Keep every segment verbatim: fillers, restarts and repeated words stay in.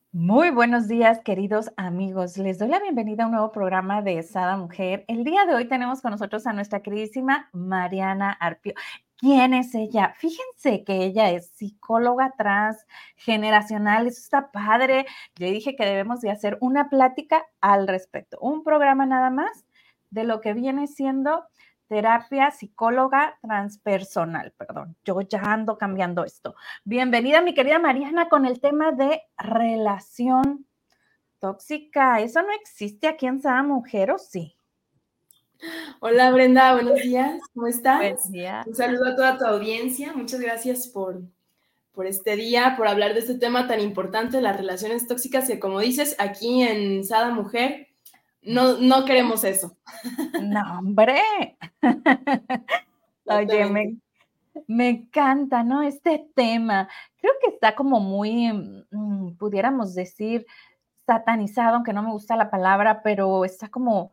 Muy buenos días, queridos amigos. Les doy la bienvenida a un nuevo programa de Sada Mujer. El día de hoy tenemos con nosotros a nuestra queridísima Mariana Arpio. ¿Quién es ella? Fíjense que ella es psicóloga transgeneracional. Eso está padre. Le dije que debemos de hacer una plática al respecto. Un programa nada más de lo que viene siendo terapia psicóloga transpersonal. Perdón, yo ya ando cambiando esto. Bienvenida, mi querida Mariana, con el tema de relación tóxica. ¿Eso no existe aquí en Sada Mujer o sí? Hola Brenda, buenos días, ¿cómo Buen estás? día. Un saludo a toda tu audiencia, muchas gracias por, por este día, por hablar de este tema tan importante, las relaciones tóxicas, que como dices, aquí en Sada Mujer no, no queremos eso. No, hombre. Oye, Exactamente. me, me encanta, ¿no? Este tema. Creo que está como muy, mm, pudiéramos decir, satanizado, aunque no me gusta la palabra, pero está como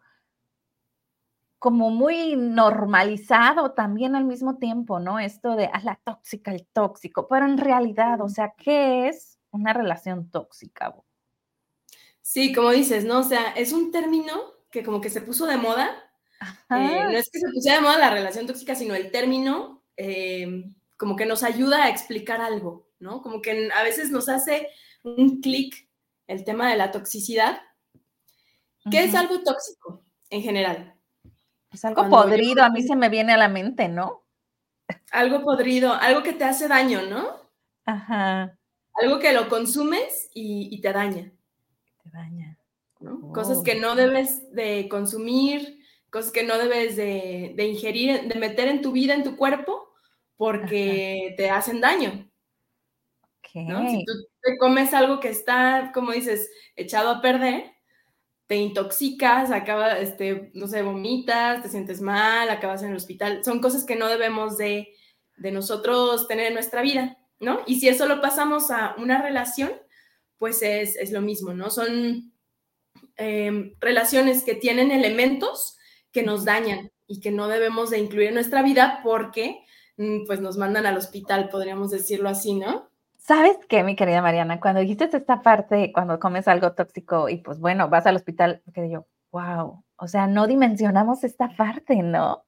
como muy normalizado también al mismo tiempo, ¿no? Esto de, ah, la tóxica, el tóxico, pero en realidad, o sea, ¿qué es una relación tóxica? Sí, como dices, ¿no? O sea, es un término que como que se puso de moda. Eh, Ajá, no es que se pusiera de moda la relación tóxica, sino el término eh, como que nos ayuda a explicar algo, ¿no? Como que a veces nos hace un clic el tema de la toxicidad. ¿Qué es ujú. algo tóxico en general? Pues algo Cuando yo, podrido, a mí se me viene a la mente, ¿no? algo podrido, algo que te hace daño, ¿no? Ajá, Algo que lo consumes y, y te daña, te daña. ¿no? Cosas Oh, que no debes de consumir, cosas que no debes de, de ingerir, de meter en tu vida, en tu cuerpo, ajá, porque te hacen daño, ¿no? Si okey. tú te comes algo que está, como dices, echado a perder, te intoxicas, acaba, este, no sé, vomitas, te sientes mal, acabas en el hospital. Son cosas que no debemos de, de nosotros tener en nuestra vida, ¿no? Y si eso lo pasamos a una relación, pues es, es lo mismo, ¿no? Son eh, relaciones que tienen elementos que nos dañan y que no debemos de incluir en nuestra vida porque mm, pues nos mandan al hospital, podríamos decirlo así, ¿no? ¿Sabes qué, mi querida Mariana? Cuando dijiste esta parte, cuando comes algo tóxico y, pues, bueno, vas al hospital, quedé yo: "Guau", o sea, no dimensionamos esta parte, ¿no?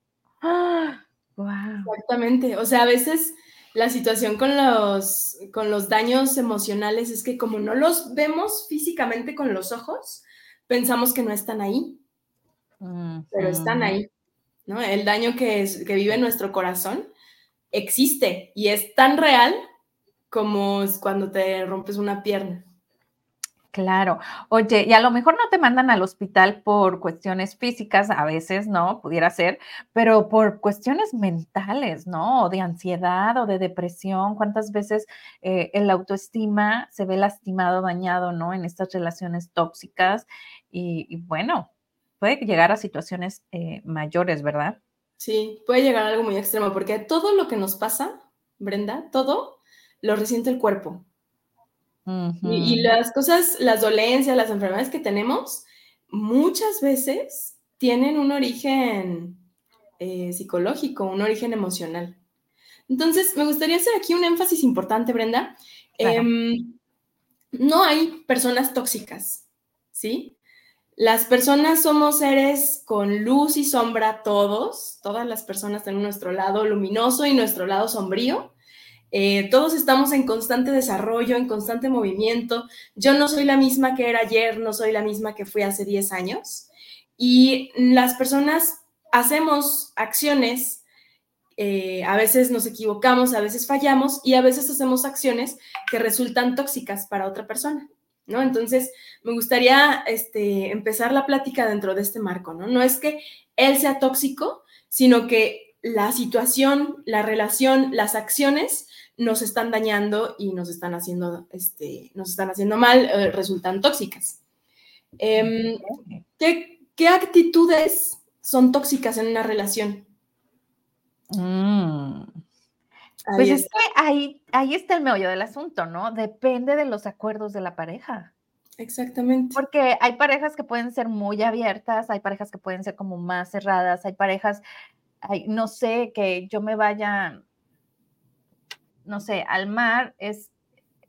Guau. Exactamente. O sea, a veces la situación con los, con los daños emocionales es que como no los vemos físicamente con los ojos, pensamos que no están ahí, pero están Ujú. ahí, ¿no? El daño que, es, que vive nuestro corazón existe y es tan real como es cuando te rompes una pierna. Claro. Oye, y a lo mejor no te mandan al hospital por cuestiones físicas, a veces, ¿no? Pudiera ser, pero por cuestiones mentales, ¿no? O de ansiedad o de depresión. ¿Cuántas veces eh, el autoestima se ve lastimado, dañado, ¿no? En estas relaciones tóxicas. Y, y bueno, puede llegar a situaciones eh, mayores, ¿verdad? Sí, puede llegar a algo muy extremo porque todo lo que nos pasa, Brenda, todo lo resiente el cuerpo. Y, y Ujú. las cosas, las dolencias, las enfermedades que tenemos, muchas veces tienen un origen eh, psicológico, un origen emocional. Entonces, me gustaría hacer aquí un énfasis importante, Brenda. Claro. Em, no hay personas tóxicas, ¿sí? Las personas somos seres con luz y sombra todos, todas las personas tienen nuestro lado luminoso y nuestro lado sombrío. Eh, todos estamos en constante desarrollo, en constante movimiento. Yo no soy la misma que era ayer, no soy la misma que fui hace diez años. Y las personas hacemos acciones, eh, a veces nos equivocamos, a veces fallamos y a veces hacemos acciones que resultan tóxicas para otra persona, ¿no? Entonces, me gustaría este, empezar la plática dentro de este marco, ¿no? No es que él sea tóxico, sino que la situación, la relación, las acciones nos están dañando y nos están haciendo, este, nos están haciendo mal, eh, resultan tóxicas. Eh, ¿qué, ¿Qué actitudes son tóxicas en una relación? Mm. Ahí Pues es que está. ahí, ahí está el meollo del asunto, ¿no? Depende de los acuerdos de la pareja. Exactamente. Porque hay parejas que pueden ser muy abiertas, hay parejas que pueden ser como más cerradas, hay parejas, hay, no sé, que yo me vaya, no sé, al mar, es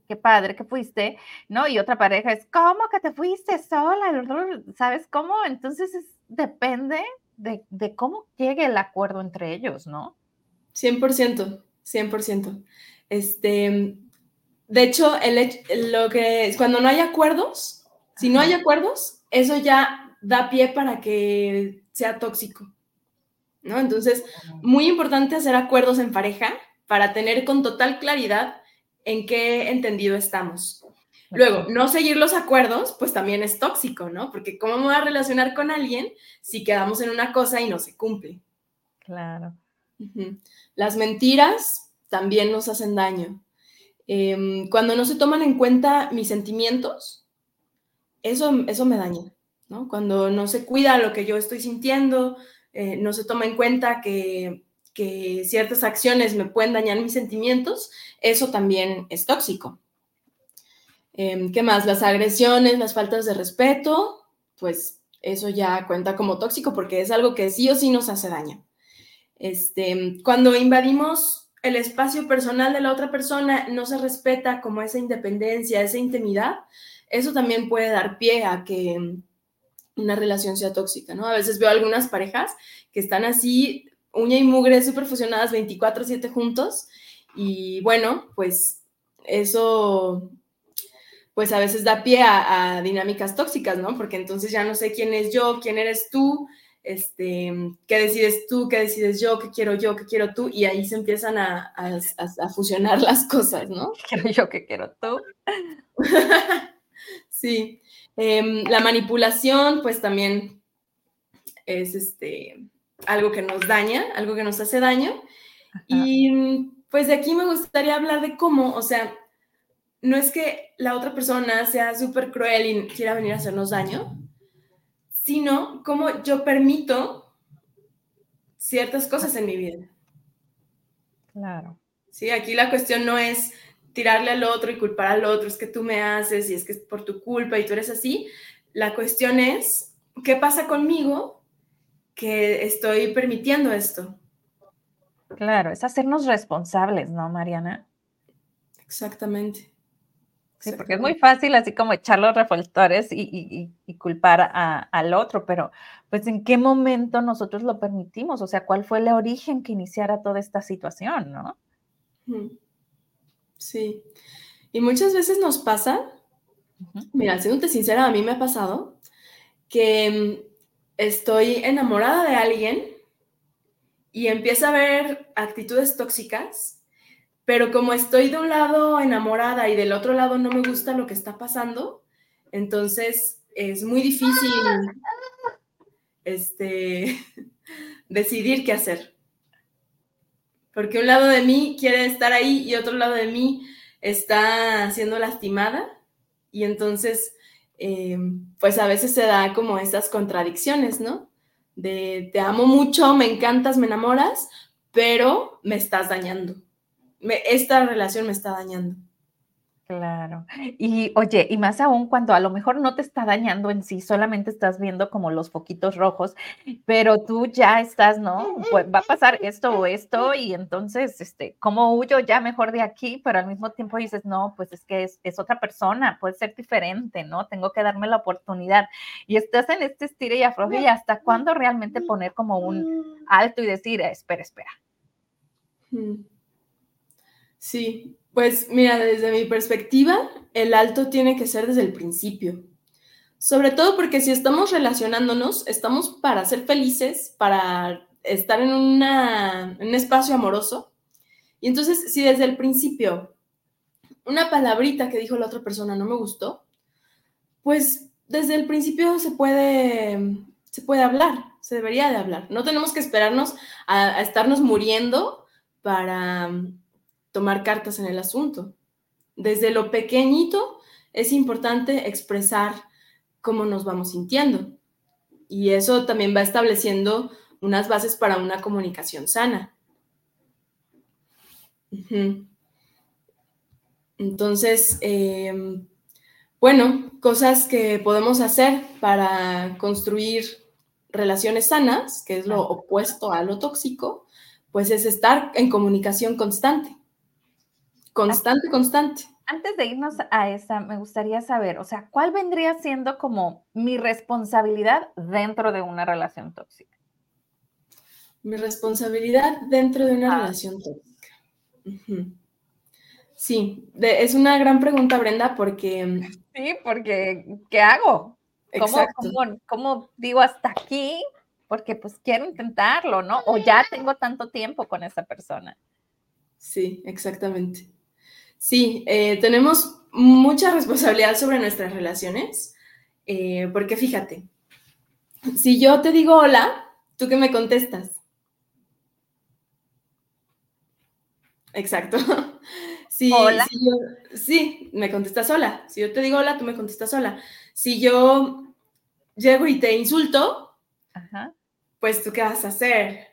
qué padre que fuiste, ¿no? Y otra pareja es, ¿cómo que te fuiste sola? ¿Sabes cómo? Entonces es, depende de, de cómo llegue el acuerdo entre ellos, ¿no? cien por ciento, cien por ciento. Este, de hecho, el, lo que cuando no hay acuerdos, si no hay acuerdos, eso ya da pie para que sea tóxico, ¿no? Entonces, muy importante hacer acuerdos en pareja para tener con total claridad en qué entendido estamos. Luego, no seguir los acuerdos, pues también es tóxico, ¿no? Porque ¿cómo me voy a relacionar con alguien si quedamos en una cosa y no se cumple? Claro. Uh-huh. Las mentiras también nos hacen daño. Eh, cuando no se toman en cuenta mis sentimientos, eso, eso me daña, ¿no? Cuando no se cuida lo que yo estoy sintiendo, eh, no se toma en cuenta que, que ciertas acciones me pueden dañar mis sentimientos, eso también es tóxico. Eh, ¿Qué más? Las agresiones, las faltas de respeto, pues eso ya cuenta como tóxico porque es algo que sí o sí nos hace daño. Este, cuando invadimos el espacio personal de la otra persona, no se respeta como esa independencia, esa intimidad, eso también puede dar pie a que una relación sea tóxica, ¿no? A veces veo algunas parejas que están así, uña y mugre, súper fusionadas veinticuatro siete juntos, y bueno, pues eso pues a veces da pie a, a dinámicas tóxicas, ¿no? Porque entonces ya no sé quién es yo, quién eres tú, este, qué decides tú, qué decides yo, qué quiero yo, qué quiero tú, y ahí se empiezan a, a, a, a fusionar las cosas, ¿no? ¿Qué quiero yo, qué quiero tú? Sí. Eh, la manipulación, pues también es este, algo que nos daña, algo que nos hace daño. Ajá. Y pues de aquí me gustaría hablar de cómo, o sea, no es que la otra persona sea súper cruel y quiera venir a hacernos daño, sino cómo yo permito ciertas cosas en mi vida. Claro. Sí, aquí la cuestión no es tirarle al otro y culpar al otro, es que tú me haces y es que es por tu culpa y tú eres así. La cuestión es, ¿qué pasa conmigo que estoy permitiendo esto? Claro, es hacernos responsables, ¿no, Mariana? Exactamente. Sí, porque es muy fácil así como echar los reflectores y, y, y culpar a, al otro, pero pues ¿en qué momento nosotros lo permitimos? O sea, ¿cuál fue el origen que iniciara toda esta situación, no? Sí. Y muchas veces nos pasa, uh-huh. Mira, siéndote sincera, a mí me ha pasado que estoy enamorada de alguien y empieza a haber actitudes tóxicas, pero como estoy de un lado enamorada y del otro lado no me gusta lo que está pasando, entonces es muy difícil este, decidir qué hacer. Porque un lado de mí quiere estar ahí y otro lado de mí está siendo lastimada. Y entonces, eh, pues a veces se da como esas contradicciones, ¿no? De te amo mucho, me encantas, me enamoras, pero me estás dañando. Me, esta relación me está dañando. Claro. Y oye, y más aún cuando a lo mejor no te está dañando en sí, solamente estás viendo como los foquitos rojos, pero tú ya estás, ¿no? Pues va a pasar esto o esto y entonces, este, ¿cómo huyo ya mejor de aquí? Pero al mismo tiempo dices, no, pues es que es, es otra persona, puede ser diferente, ¿no? Tengo que darme la oportunidad. Y estás en este estire y afloje y hasta cuándo realmente poner como un alto y decir, espera, espera. Sí. Pues mira, desde mi perspectiva, el alto tiene que ser desde el principio. Sobre todo porque si estamos relacionándonos, estamos para ser felices, para estar en, una, en un espacio amoroso. Y entonces, si desde el principio una palabrita que dijo la otra persona no me gustó, pues desde el principio se puede, se puede hablar, se debería de hablar. No tenemos que esperarnos a, a estarnos muriendo para tomar cartas en el asunto. Desde lo pequeñito es importante expresar cómo nos vamos sintiendo. Y eso también va estableciendo unas bases para una comunicación sana. Uh-huh. Entonces, eh, bueno, cosas que podemos hacer para construir relaciones sanas, que es lo opuesto a lo tóxico, pues es estar en comunicación constante. Constante, constante. Antes de irnos a esa, me gustaría saber, o sea, ¿cuál vendría siendo como mi responsabilidad dentro de una relación tóxica? Mi responsabilidad dentro de una Ah, relación tóxica. Ujú. Sí, de- es una gran pregunta, Brenda, porque, mm, sí, porque, ¿qué hago? ¿Cómo exacto, cómo cómo digo hasta aquí? Porque, pues, quiero intentarlo, ¿no? O ya tengo tanto tiempo con esa persona. sí, exactamente. Sí, eh, tenemos mucha responsabilidad sobre nuestras relaciones, eh, porque fíjate, si yo te digo hola, ¿tú qué me contestas? Exacto. Si, Hola, si yo, sí, me contestas hola. Si yo te digo hola, tú me contestas hola. Si yo llego y te insulto, ajá, pues tú qué vas a hacer.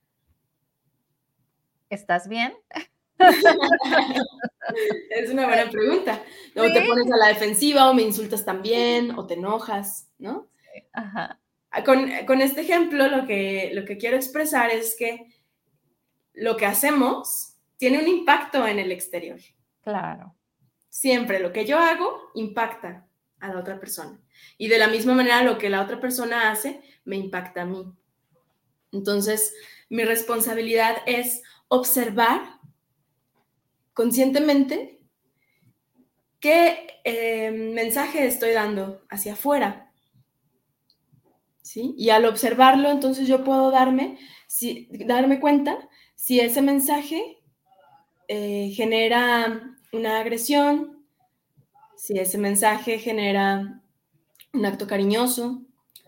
¿estás bien? Es una buena pregunta. O te pones Sí. a la defensiva, o me insultas también, o te enojas, ¿no? Ajá, Ah, Con, con este ejemplo, lo que, lo que quiero expresar es que lo que hacemos tiene un impacto en el exterior. claro. Siempre lo que yo hago impacta a la otra persona. Y de la misma manera lo que la otra persona hace me impacta a mí. Entonces, mi responsabilidad es observar conscientemente qué eh, mensaje estoy dando hacia afuera, ¿sí? Y al observarlo, entonces yo puedo darme, si, darme cuenta si ese mensaje eh, genera una agresión, si ese mensaje genera un acto cariñoso,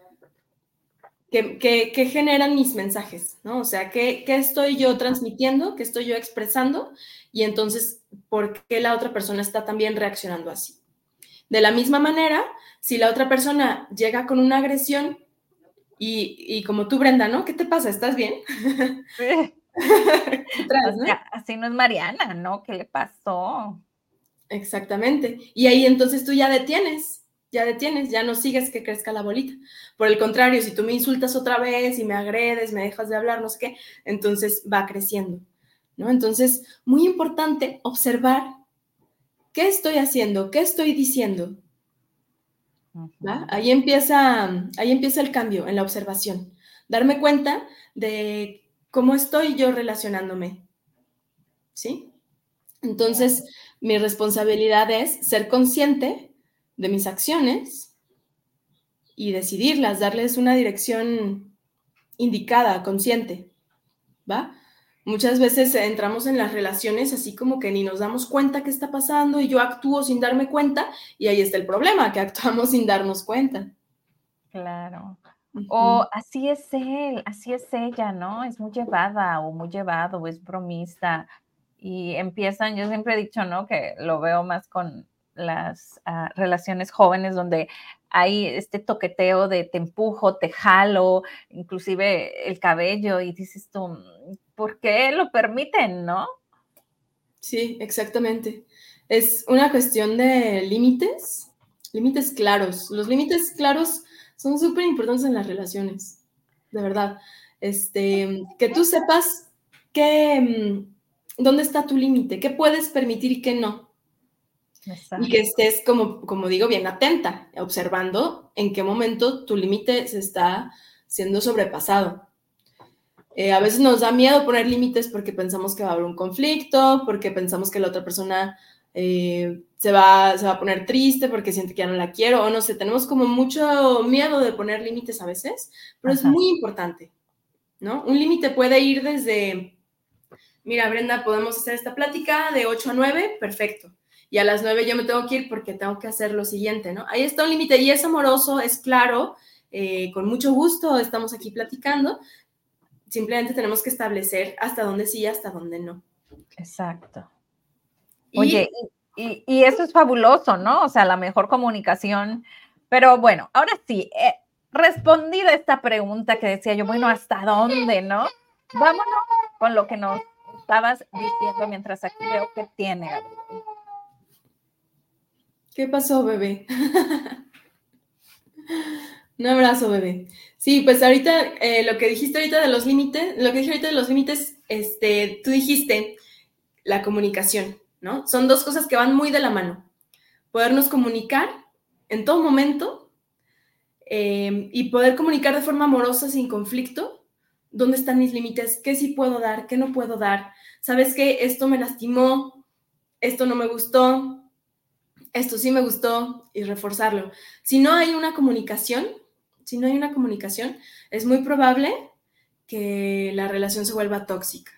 ¿qué, qué, qué generan mis mensajes? ¿No? O sea, ¿qué, ¿qué estoy yo transmitiendo? ¿Qué estoy yo expresando? Y entonces, ¿por qué la otra persona está también reaccionando así? De la misma manera, si la otra persona llega con una agresión y, y como tú, Brenda, ¿no? ¿Qué te pasa? ¿Estás bien? Sí. ¿Qué O traes, no? sea, así no es Mariana, ¿no? ¿Qué le pasó? Exactamente. Y ahí entonces tú ya detienes, ya detienes, ya no sigues que crezca la bolita. Por el contrario, si tú me insultas otra vez y me agredes, me dejas de hablar, no sé qué, entonces va creciendo, ¿no? Entonces, muy importante observar qué estoy haciendo, qué estoy diciendo, ¿va? Ujú. Ahí empieza, ahí empieza el cambio en la observación. Darme cuenta de cómo estoy yo relacionándome, ¿sí? Claro. Entonces, mi responsabilidad es ser consciente de mis acciones y decidirlas, darles una dirección indicada, consciente, ¿va? Muchas veces entramos en las relaciones así como que ni nos damos cuenta qué está pasando y yo actúo sin darme cuenta y ahí está el problema, que actuamos sin darnos cuenta. Claro. O Ujú. así es él, así es ella, ¿no? Es muy llevada o muy llevado o es bromista. Y empiezan, yo siempre he dicho, ¿no? Que lo veo más con las ah, relaciones jóvenes donde hay este toqueteo de te empujo, te jalo, inclusive el cabello y dices tú, "Mm, ¿por qué lo permiten, no?" Sí, exactamente. Es una cuestión de límites, límites claros. Los límites claros son súper importantes en las relaciones, de verdad. Este, que tú sepas qué, mm, dónde está tu límite, qué puedes permitir y qué no. Y que Exacto. estés, como, como digo, bien atenta, observando en qué momento tu límite se está siendo sobrepasado. Eh, a veces nos da miedo poner límites porque pensamos que va a haber un conflicto, porque pensamos que la otra persona eh, se, va, se va a poner triste porque siente que ya no la quiero, o no sé, tenemos como mucho miedo de poner límites a veces, pero es Ajá. muy importante, ¿no? Un límite puede ir desde, mira, Brenda, podemos hacer esta plática de ocho a nueve, perfecto. Y a las nueve yo me tengo que ir porque tengo que hacer lo siguiente, ¿no? Ahí está un límite y es amoroso, es claro, eh, con mucho gusto estamos aquí platicando, simplemente tenemos que establecer hasta dónde sí y hasta dónde no. Exacto. Oye, Y y y y eso es fabuloso, ¿no? O sea, la mejor comunicación. Pero bueno, ahora sí, eh, respondida esta pregunta que decía yo, bueno, ¿hasta dónde, no? Vámonos con lo que nos estabas diciendo mientras aquí veo que tiene, Gabriel. ¿qué pasó, bebé? Un abrazo, bebé. Sí, pues ahorita eh, lo que dijiste ahorita de los límites, lo que dije ahorita de los límites, este, tú dijiste la comunicación. ¿no? Son dos cosas que van muy de la mano. Podernos comunicar en todo momento eh, y poder comunicar de forma amorosa, sin conflicto, dónde están mis límites, qué sí puedo dar, qué no puedo dar. ¿Sabes qué? Esto me lastimó, esto no me gustó, esto sí me gustó, y reforzarlo. Si no hay una comunicación, si no hay una comunicación, es muy probable que la relación se vuelva tóxica.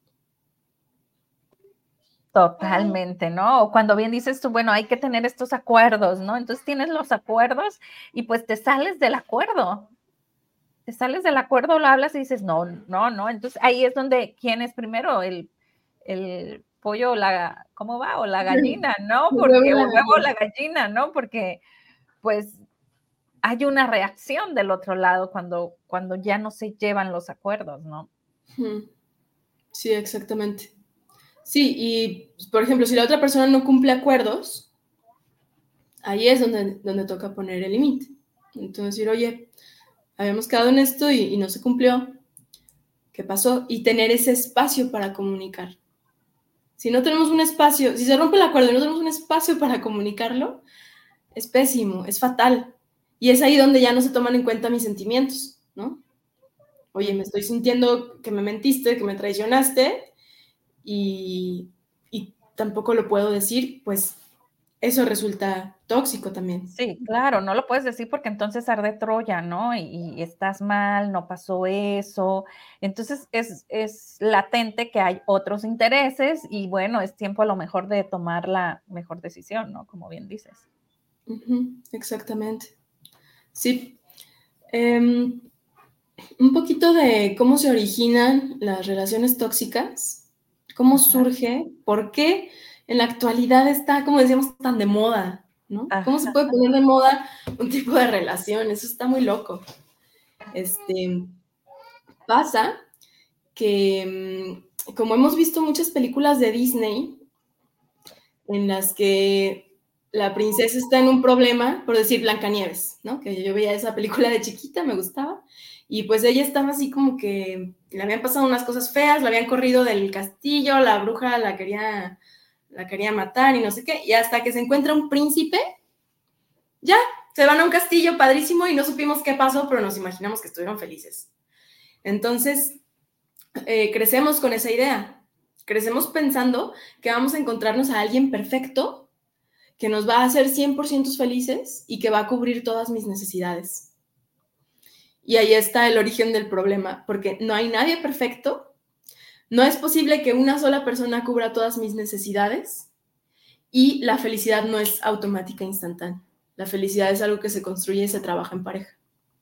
Totalmente, ¿no? O cuando bien dices tú, bueno, hay que tener estos acuerdos, ¿no? Entonces tienes los acuerdos y pues te sales del acuerdo. Te sales del acuerdo, lo hablas y dices, no, no, no. Entonces ahí es donde, ¿quién es primero? El, el pollo o la, ¿cómo va? O la gallina, ¿no? El huevo y Porque, o la el huevo o gallina. la gallina, ¿no? Porque pues hay una reacción del otro lado cuando, cuando ya no se llevan los acuerdos, ¿no? Sí, exactamente. Sí, y por ejemplo, si la otra persona no cumple acuerdos, ahí es donde, donde toca poner el límite. Entonces decir, oye, habíamos quedado en esto y, y no se cumplió, ¿qué pasó? Y tener ese espacio para comunicar. Si no tenemos un espacio, si se rompe el acuerdo y no tenemos un espacio para comunicarlo, es pésimo, es fatal. Y es ahí donde ya no se toman en cuenta mis sentimientos, ¿no? Oye, me estoy sintiendo que me mentiste, que me traicionaste, y, y tampoco lo puedo decir, pues eso resulta tóxico también. Sí, claro, no lo puedes decir porque entonces arde Troya, ¿no? Y, y estás mal, no pasó eso. Entonces es, es latente que hay otros intereses y bueno, es tiempo a lo mejor de tomar la mejor decisión, ¿no? Como bien dices. Uh-huh, exactamente. Sí. Um, un poquito de cómo se originan las relaciones tóxicas, cómo Ajá. surge, por qué en la actualidad está, como decíamos, tan de moda, ¿no? Ajá. ¿Cómo se puede poner de moda un tipo de relación? Eso está muy loco. Este, pasa que, como hemos visto muchas películas de Disney, en las que la princesa está en un problema, por decir Blancanieves, ¿no? Que yo veía esa película de chiquita, me gustaba, y pues ella estaba así como que le habían pasado unas cosas feas, la habían corrido del castillo, la bruja la quería, la quería matar y no sé qué, y hasta que se encuentra un príncipe, ya, se van a un castillo padrísimo y no supimos qué pasó, pero nos imaginamos que estuvieron felices. Entonces, eh, crecemos con esa idea, crecemos pensando que vamos a encontrarnos a alguien perfecto que nos va a hacer cien por ciento felices y que va a cubrir todas mis necesidades. Y ahí está el origen del problema, porque no hay nadie perfecto, no es posible que una sola persona cubra todas mis necesidades y la felicidad no es automática e instantánea. La felicidad es algo que se construye y se trabaja en pareja.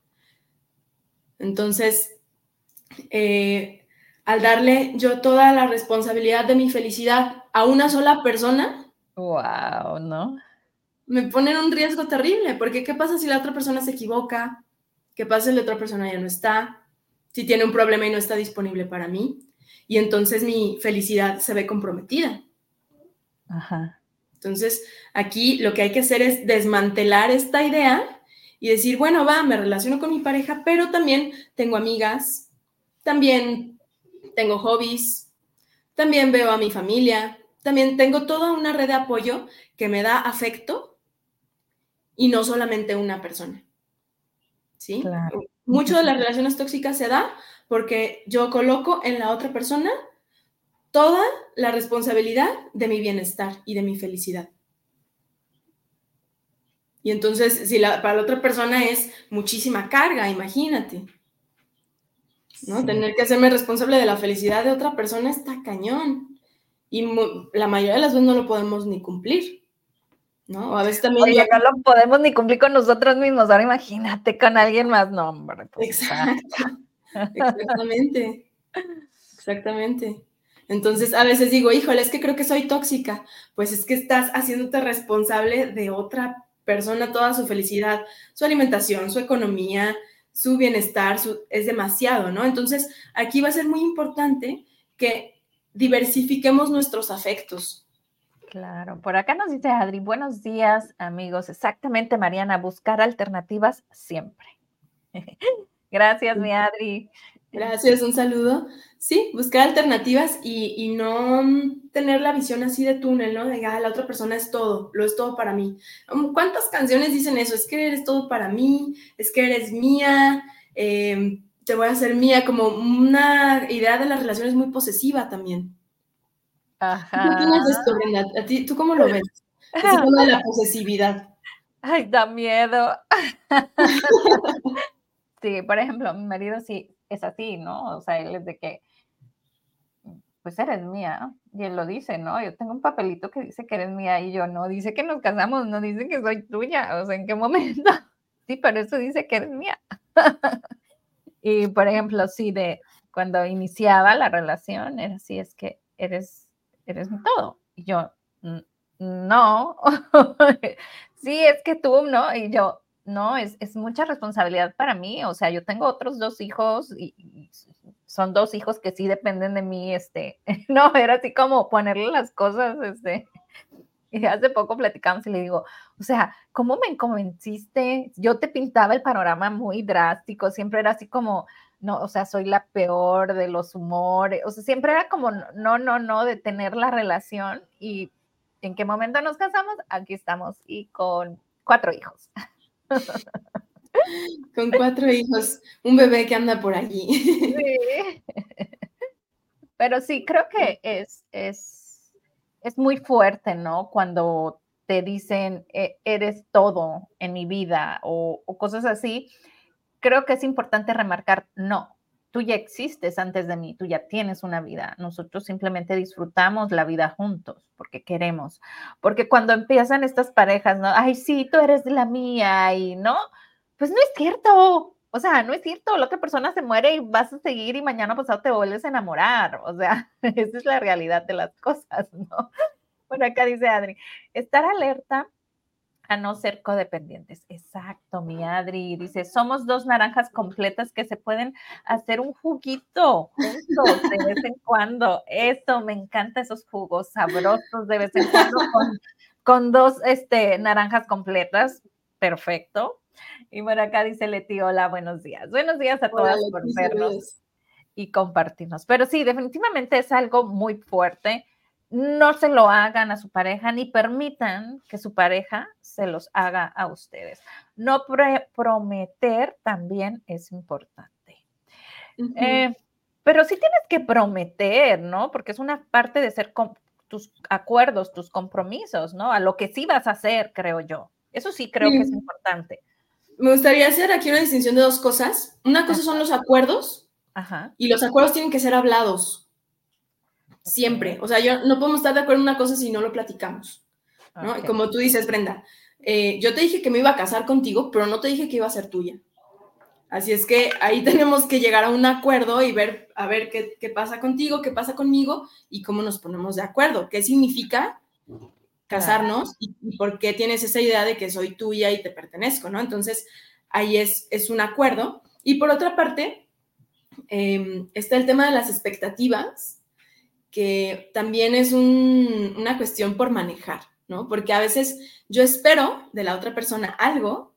Entonces, eh, al darle yo toda la responsabilidad de mi felicidad a una sola persona, wow, ¿no? Me ponen un riesgo terrible, porque ¿qué pasa si la otra persona se equivoca? ¿Qué pasa si la otra persona ya no está? Si tiene un problema y no está disponible para mí. Y entonces mi felicidad se ve comprometida. Ajá. Entonces, aquí lo que hay que hacer es desmantelar esta idea y decir, bueno, va, me relaciono con mi pareja, pero también tengo amigas, también tengo hobbies, también veo a mi familia, también tengo toda una red de apoyo que me da afecto y no solamente una persona, ¿sí? Claro. Mucho de las relaciones tóxicas se da porque yo coloco en la otra persona toda la responsabilidad de mi bienestar y de mi felicidad. Y entonces, si la, para la otra persona es muchísima carga, imagínate, ¿no? Sí. Tener que hacerme responsable de la felicidad de otra persona está cañón. Y mu- la mayoría de las veces no lo podemos ni cumplir, ¿no? O a veces también Oye, yo... no lo podemos ni cumplir con nosotros mismos. Ahora imagínate con alguien más. No, hombre, pues está. Exacto, exactamente, exactamente. Entonces, a veces digo, híjole, es que creo que soy tóxica. Pues es que estás haciéndote responsable de otra persona, toda su felicidad, su alimentación, su economía, su bienestar, su, es demasiado, ¿no? Entonces, aquí va a ser muy importante que diversifiquemos nuestros afectos. Claro, por acá nos dice Adri, buenos días amigos, exactamente Mariana, buscar alternativas siempre. Gracias mi Adri. Gracias, un saludo. Sí, buscar alternativas y, y no tener la visión así de túnel, ¿no? De, ah, la otra persona es todo, lo es todo para mí. ¿Cuántas canciones dicen eso? Es que eres todo para mí, es que eres mía, eh, te voy a hacer mía, como una idea de las relaciones muy posesiva también. Ajá. ¿Qué opinas de esto, Brenda? ¿A ti, tú cómo lo ves? Ese tema de la posesividad. Ay, da miedo. Sí, por ejemplo, mi marido sí es así, ¿no? O sea, él es de que, pues eres mía, y él lo dice, ¿no? Yo tengo un papelito que dice que eres mía y yo no, dice que nos casamos, no dice que soy tuya, o sea, ¿en qué momento? Sí, pero eso dice que eres mía. Y, por ejemplo, sí, de cuando iniciaba la relación, era así, es que eres, eres mi todo. Y yo, no, sí, es que tú, ¿no? Y yo, no, es, es mucha responsabilidad para mí. O sea, yo tengo otros dos hijos y, y son dos hijos que sí dependen de mí. Este, no, era así como ponerle las cosas, este, y hace poco platicamos y le digo, o sea, ¿cómo me convenciste? Yo te pintaba el panorama muy drástico, siempre era así como, no, o sea, soy la peor de los humores, o sea, siempre era como, no, no, no, de tener la relación. ¿Y en qué momento nos casamos? Aquí estamos y con cuatro hijos. Con cuatro hijos, un bebé que anda por allí. Sí. Pero sí, creo que es, es, es muy fuerte, ¿no? Cuando te dicen, e eres todo en mi vida o, o cosas así. Creo que es importante remarcar, no, tú ya existes antes de mí, tú ya tienes una vida. Nosotros simplemente disfrutamos la vida juntos porque queremos. Porque cuando empiezan estas parejas, ¿no? Ay, sí, tú eres la mía y no, pues no es cierto. O sea, no es cierto, la otra persona se muere y vas a seguir y mañana pasado te vuelves a enamorar. O sea, esa es la realidad de las cosas, ¿no? Bueno, acá dice Adri, estar alerta a no ser codependientes. Exacto, mi Adri. Dice, somos dos naranjas completas que se pueden hacer un juguito juntos de vez en cuando. Eso, me encanta esos jugos sabrosos de vez en cuando con, con dos este, naranjas completas. Perfecto. Y por acá dice Leti, hola, buenos días. Buenos días a Hola, todas por Leti, vernos saludos. y compartirnos. Pero sí, definitivamente es algo muy fuerte. No se lo hagan a su pareja ni permitan que su pareja se los haga a ustedes. No pre prometer también es importante. Uh-huh. Eh, pero sí tienes que prometer, ¿no? Porque es una parte de ser tus acuerdos, tus compromisos, ¿no? A lo que sí vas a hacer, creo yo. Eso sí creo sí. que es importante. Me gustaría hacer aquí una distinción de dos cosas. Una cosa Ajá. son los acuerdos. Ajá. Y los acuerdos tienen que ser hablados. Siempre. Okay. O sea, yo no podemos estar de acuerdo en una cosa si no lo platicamos. ¿no? Okay. Como tú dices, Brenda, eh, yo te dije que me iba a casar contigo, pero no te dije que iba a ser tuya. Así es que ahí tenemos que llegar a un acuerdo y ver, a ver qué, qué pasa contigo, qué pasa conmigo y cómo nos ponemos de acuerdo. ¿Qué significa casarnos? Claro. Y, y por qué tienes esa idea de que soy tuya y te pertenezco, ¿no? Entonces, ahí es, es un acuerdo. Y por otra parte, eh, está el tema de las expectativas, que también es un, una cuestión por manejar, ¿no? Porque a veces yo espero de la otra persona algo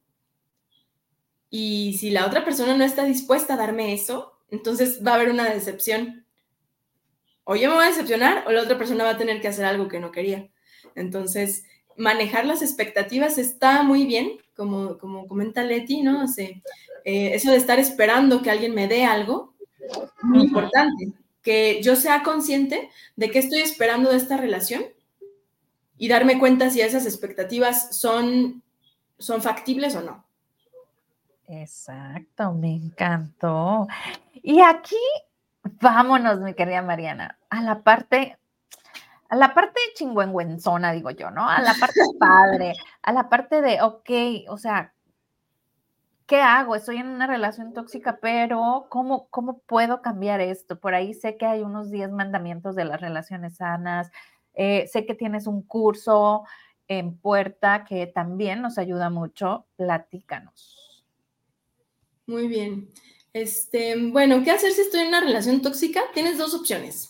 y si la otra persona no está dispuesta a darme eso, entonces va a haber una decepción. O yo me voy a decepcionar o la otra persona va a tener que hacer algo que no quería. Entonces, manejar las expectativas está muy bien, como, como comenta Leti, ¿no? O sea, eh, eso de estar esperando que alguien me dé algo, muy uh-huh. importante. Que yo sea consciente de qué estoy esperando de esta relación y darme cuenta si esas expectativas son, son factibles o no. Exacto, me encantó. Y aquí, vámonos, mi querida Mariana, a la parte, a la parte chingüengüenzona, digo yo, ¿no? A la parte padre, a la parte de, ok, o sea, ¿qué hago? Estoy en una relación tóxica, pero ¿cómo, cómo puedo cambiar esto? Por ahí sé que hay unos diez mandamientos de las relaciones sanas, eh, sé que tienes un curso en puerta que también nos ayuda mucho, platícanos. Muy bien. Este, bueno, ¿qué hacer si estoy en una relación tóxica? Tienes dos opciones.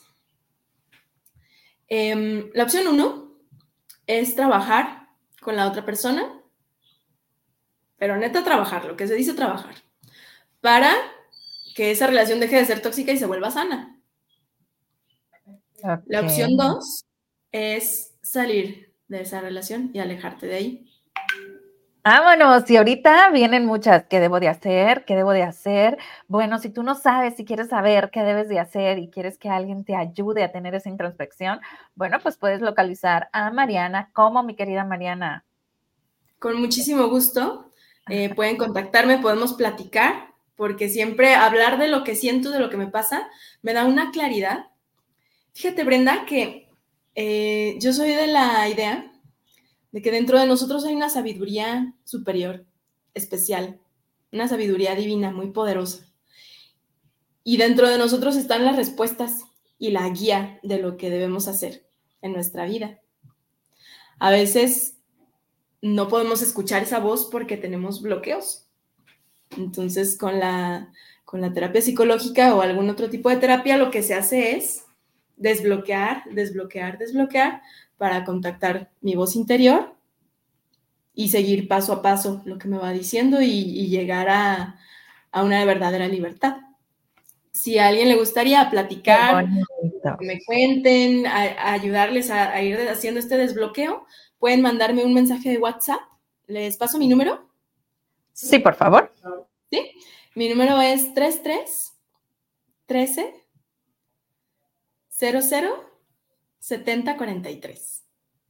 Eh, la opción uno es trabajar con la otra persona, pero neta trabajar, lo que se dice trabajar, para que esa relación deje de ser tóxica y se vuelva sana. Okay. La opción dos es salir de esa relación y alejarte de ahí. Vámonos, y ahorita vienen muchas, ¿qué debo de hacer? ¿Qué debo de hacer? Bueno, si tú no sabes, si quieres saber qué debes de hacer y quieres que alguien te ayude a tener esa introspección, bueno, pues puedes localizar a Mariana. ¿Cómo, mi querida Mariana? Con muchísimo gusto. Eh, pueden contactarme, podemos platicar, porque siempre hablar de lo que siento, de lo que me pasa, me da una claridad. Fíjate, Brenda, que eh, yo soy de la idea de que dentro de nosotros hay una sabiduría superior, especial, una sabiduría divina, muy poderosa. Y dentro de nosotros están las respuestas y la guía de lo que debemos hacer en nuestra vida. A veces no podemos escuchar esa voz porque tenemos bloqueos. Entonces, con la, con la terapia psicológica o algún otro tipo de terapia, lo que se hace es desbloquear, desbloquear, desbloquear para contactar mi voz interior y seguir paso a paso lo que me va diciendo y, y llegar a, a una verdadera libertad. Si a alguien le gustaría platicar, que me cuenten, a, a ayudarles a, a ir haciendo este desbloqueo, pueden mandarme un mensaje de WhatsApp. ¿Les paso mi número? Sí, por favor. Sí, mi número es treinta y tres, trece, cero cero, setenta cuarenta y tres.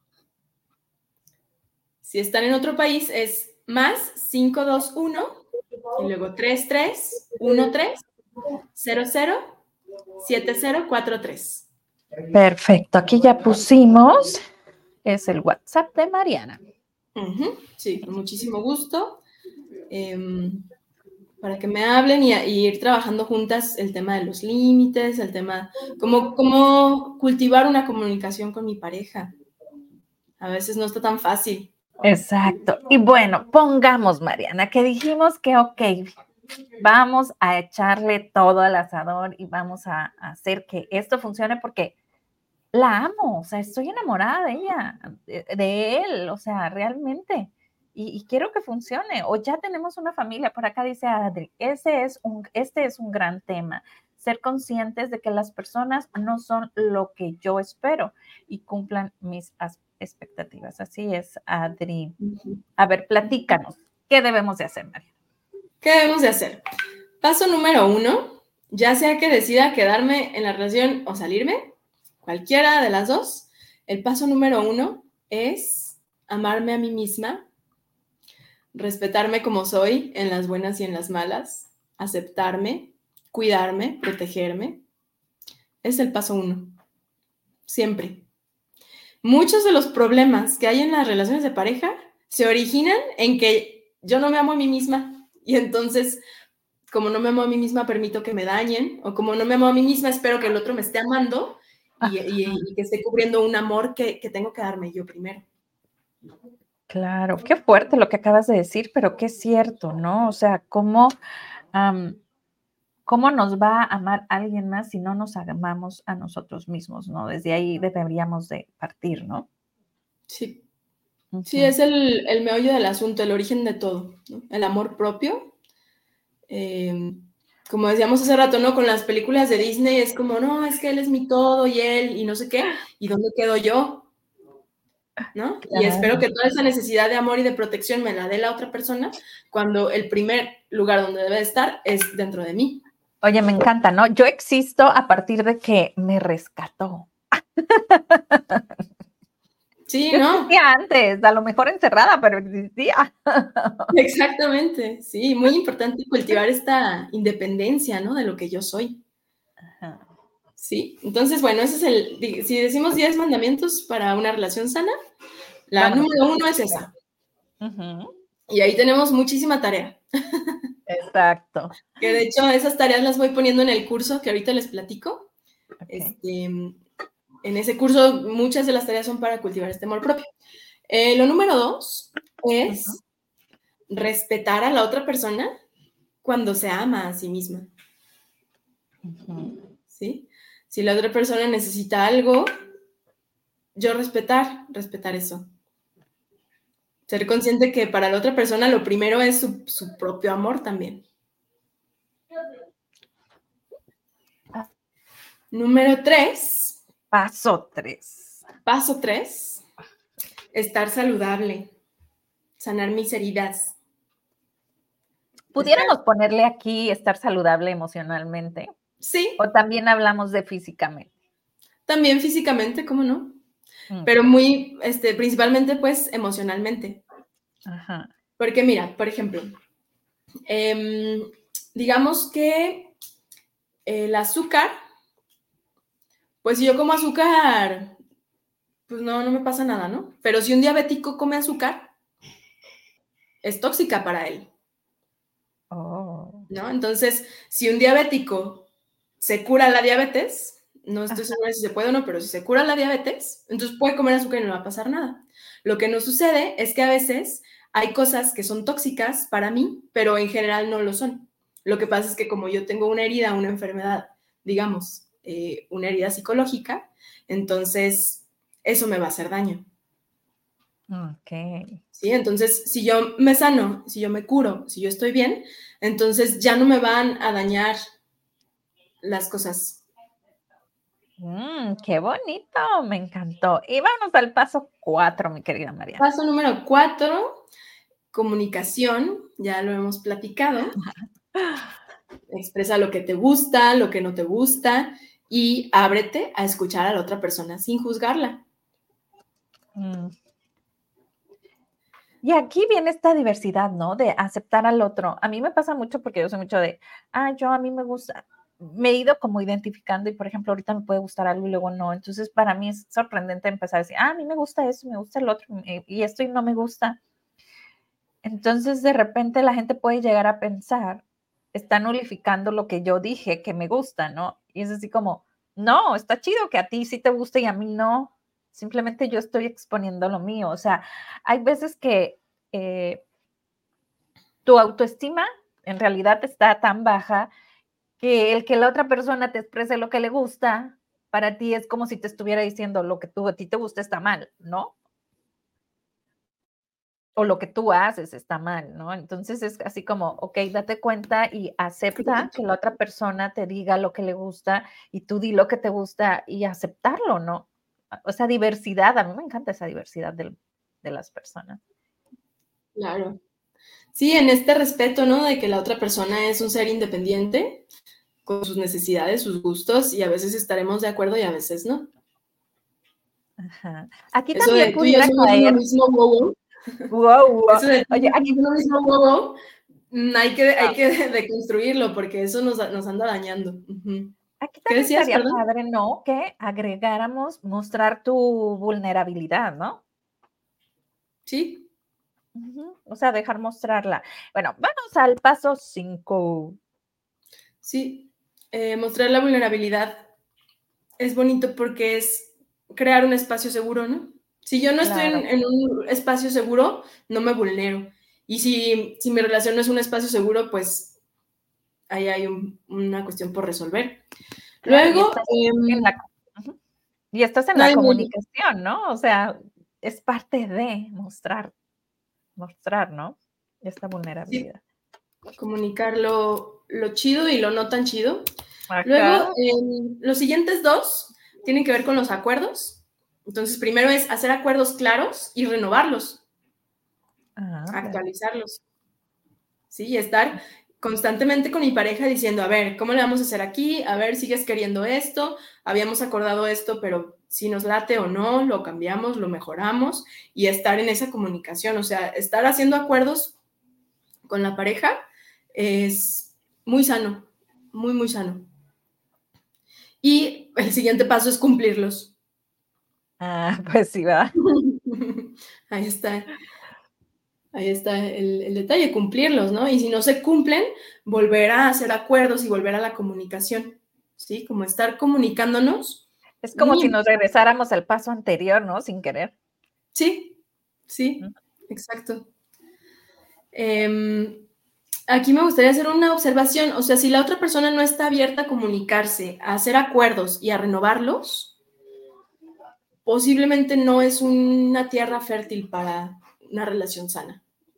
Si están en otro país es más cinco dos uno y luego treinta y tres, trece, cero cero, siete cero cuatro tres. Perfecto, aquí ya pusimos, es el WhatsApp de Mariana. Uh-huh. Sí, con muchísimo gusto. Eh, para que me hablen y, y ir trabajando juntas el tema de los límites, el tema, cómo, cómo cultivar una comunicación con mi pareja. A veces no está tan fácil. Exacto. Y bueno, pongamos, Mariana, que dijimos que, ok, vamos a echarle todo al asador y vamos a, a hacer que esto funcione porque la amo, o sea, estoy enamorada de ella, de, de él, o sea, realmente. Y, y quiero que funcione. O ya tenemos una familia, por acá dice Adri, ese es un, este es un gran tema. Ser conscientes de que las personas no son lo que yo espero y cumplan mis expectativas. Así es, Adri. A ver, platícanos. ¿Qué debemos de hacer, María? ¿Qué debemos de hacer? Paso número uno, ya sea que decida quedarme en la relación o salirme, cualquiera de las dos, el paso número uno es amarme a mí misma, respetarme como soy en las buenas y en las malas, aceptarme, cuidarme, protegerme. Es el paso uno. Siempre. Muchos de los problemas que hay en las relaciones de pareja se originan en que yo no me amo a mí misma y entonces, como no me amo a mí misma, permito que me dañen, o como no me amo a mí misma, espero que el otro me esté amando y, y, y que esté cubriendo un amor que, que tengo que darme yo primero. Claro, qué fuerte lo que acabas de decir, pero qué cierto, ¿no? O sea, ¿cómo, um, cómo nos va a amar alguien más si no nos amamos a nosotros mismos, ¿no? Desde ahí deberíamos de partir, ¿no? Sí, Uh-huh. sí, es el, el meollo del asunto, el origen de todo, ¿no? El amor propio. Eh, como decíamos hace rato, ¿no? Con las películas de Disney es como, no, es que él es mi todo y él y no sé qué, ¿y dónde quedo yo? ¿No? Claro. Y espero que toda esa necesidad de amor y de protección me la dé la otra persona cuando el primer lugar donde debe estar es dentro de mí. Oye, me encanta, ¿no? Yo existo a partir de que me rescató. Sí, Yo ¿no? existía antes, a lo mejor encerrada, pero existía. Exactamente, sí, muy importante cultivar esta independencia, ¿no? De lo que yo soy. Ajá. Sí, entonces, bueno, ese es el, si decimos diez mandamientos para una relación sana, la Vámonos. número uno es esa. Uh-huh. Y ahí tenemos muchísima tarea. Exacto. Que de hecho esas tareas las voy poniendo en el curso que ahorita les platico. Okay. Este, en ese curso muchas de las tareas son para cultivar este amor propio. Eh, lo número dos es uh-huh. respetar a la otra persona cuando se ama a sí misma. Uh-huh. ¿Sí? Si la otra persona necesita algo, yo respetar, respetar eso. Ser consciente que para la otra persona lo primero es su, su propio amor también. Número tres. Paso tres. Paso tres. Estar saludable. Sanar mis heridas. ¿Pudiéramos estar... ponerle aquí estar saludable emocionalmente? Sí. ¿O también hablamos de físicamente? También físicamente, ¿cómo no? Okay. Pero muy, este, principalmente, pues, emocionalmente. Ajá. Porque mira, por ejemplo, eh, digamos que el azúcar, pues si yo como azúcar, pues no, no me pasa nada, ¿no? Pero si un diabético come azúcar, es tóxica para él. Oh. ¿No? Entonces, si un diabético se cura la diabetes, no estoy segura si se puede o no, pero si se cura la diabetes, entonces puede comer azúcar y no le va a pasar nada. Lo que no sucede es que a veces hay cosas que son tóxicas para mí, pero en general no lo son. Lo que pasa es que como yo tengo una herida, una enfermedad, digamos, eh, una herida psicológica, entonces eso me va a hacer daño. Ok. ¿Sí? Entonces, si yo me sano, si yo me curo, si yo estoy bien, entonces ya no me van a dañar las cosas. Mm, qué bonito, me encantó. Y vámonos al paso cuatro, mi querida María. Paso número cuatro, comunicación, ya lo hemos platicado. Expresa lo que te gusta, lo que no te gusta y ábrete a escuchar a la otra persona sin juzgarla. Mm. Y aquí viene esta diversidad, ¿no? De aceptar al otro. A mí me pasa mucho porque yo soy mucho de, ah, yo a mí me gusta, me he ido como identificando y, por ejemplo, ahorita me puede gustar algo y luego no. Entonces, para mí es sorprendente empezar a decir, ah, a mí me gusta eso, me gusta el otro y esto y no me gusta. Entonces, de repente la gente puede llegar a pensar, está nulificando lo que yo dije que me gusta, ¿no? Y es así como, no, está chido que a ti sí te guste y a mí no. Simplemente yo estoy exponiendo lo mío. O sea, hay veces que eh, tu autoestima en realidad está tan baja que el que la otra persona te exprese lo que le gusta, para ti es como si te estuviera diciendo lo que tú, a ti te gusta está mal, ¿no? O lo que tú haces está mal, ¿no? Entonces es así como, ok, date cuenta y acepta que la otra persona te diga lo que le gusta y tú di lo que te gusta y aceptarlo, ¿no? O sea, diversidad, a mí me encanta esa diversidad de, de las personas. Claro. Sí, en este respeto, ¿no? De que la otra persona es un ser independiente con sus necesidades, sus gustos y a veces estaremos de acuerdo y a veces no. Ajá. Aquí Eso también de tú y yo pudiera somos caer. Lo mismo, wow. Wow, wow. Eso de tú Oye, y yo aquí somos lo mismo, wow. Hay que, hay que deconstruirlo porque eso nos, nos anda dañando. Uh-huh. Aquí ¿Qué también decías, estaría perdón? padre, ¿no? Que agregáramos mostrar tu vulnerabilidad, ¿no? Sí. Uh-huh. O sea, dejar mostrarla. Bueno, vamos al paso cinco. Sí, eh, mostrar la vulnerabilidad es bonito porque es crear un espacio seguro, ¿no? Si yo no estoy Claro. en, en un espacio seguro, no me vulnero. Y si, si mi relación no es un espacio seguro, pues ahí hay un, una cuestión por resolver. Claro, Luego, y estás eh, en la, uh-huh. y estás en no, la dime, dime. comunicación, ¿no? O sea, es parte de mostrar, mostrar, ¿no? Esta vulnerabilidad. Sí, comunicar lo, lo chido y lo no tan chido. Acá. Luego, eh, los siguientes dos tienen que ver con los acuerdos. Entonces, primero es hacer acuerdos claros y renovarlos, Ah, actualizarlos. Sí, y estar constantemente con mi pareja diciendo, a ver, ¿cómo le vamos a hacer aquí? A ver, ¿sigues queriendo esto? Habíamos acordado esto, pero si nos late o no, lo cambiamos, lo mejoramos y estar en esa comunicación, o sea, estar haciendo acuerdos con la pareja es muy sano, muy, muy sano. Y el siguiente paso es cumplirlos. Ah, pues sí, va. Ahí está. Ahí está el, el detalle, cumplirlos, ¿no? Y si no se cumplen, volver a hacer acuerdos y volver a la comunicación, ¿sí? Como estar comunicándonos. Es como Muy si nos regresáramos al paso anterior, ¿no? Sin querer. Sí, sí, exacto. Eh, aquí me gustaría hacer una observación, o sea, si la otra persona no está abierta a comunicarse, a hacer acuerdos y a renovarlos, posiblemente no es una tierra fértil para una relación sana.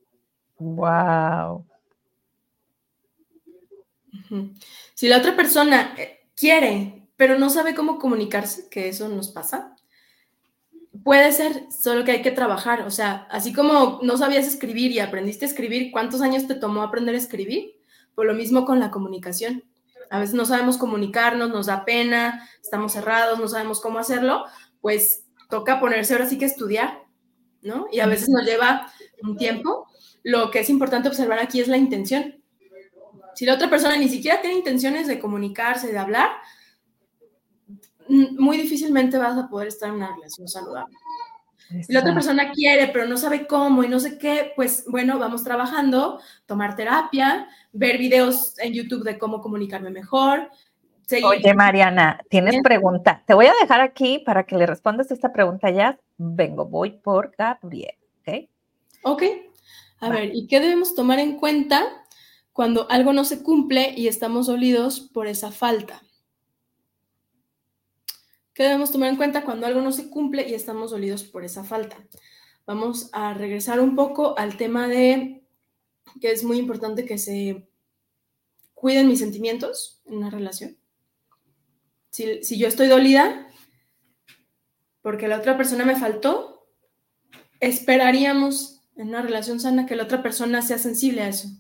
Wow. Uh-huh. Si la otra persona quiere pero no sabe cómo comunicarse, que eso nos pasa. Puede ser, solo que hay que trabajar. O sea, así como no sabías escribir y aprendiste a escribir, ¿cuántos años te tomó aprender a escribir? Pues lo mismo con la comunicación. A veces no sabemos comunicarnos, nos da pena, estamos cerrados, no sabemos cómo hacerlo, pues toca ponerse ahora sí que estudiar, ¿no? Y a veces nos lleva un tiempo. Lo que es importante observar aquí es la intención. Si la otra persona ni siquiera tiene intenciones de comunicarse, de hablar, muy difícilmente vas a poder estar en una relación saludable. Si la otra persona quiere, pero no sabe cómo y no sé qué, pues bueno, vamos trabajando, tomar terapia, ver videos en YouTube de cómo comunicarme mejor. Seguir. Oye, Mariana, ¿tienes pregunta? Te voy a dejar aquí para que le respondas esta pregunta ya. Vengo, voy por Gabriel, ¿ok? Ok. A Va. ver, ¿y qué debemos tomar en cuenta cuando algo no se cumple y estamos dolidos por esa falta? ¿Qué debemos tomar en cuenta cuando algo no se cumple y estamos dolidos por esa falta? Vamos a regresar un poco al tema de que es muy importante que se cuiden mis sentimientos en una relación. Si, si yo estoy dolida porque la otra persona me faltó, esperaríamos en una relación sana que la otra persona sea sensible a eso.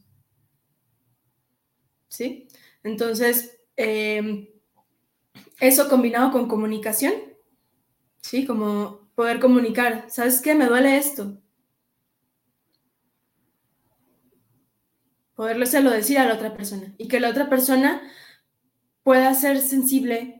¿Sí? Entonces, eh, eso combinado con comunicación, ¿sí? Como poder comunicar, ¿sabes qué? Me duele esto. Poderlo decir a la otra persona y que la otra persona pueda ser sensible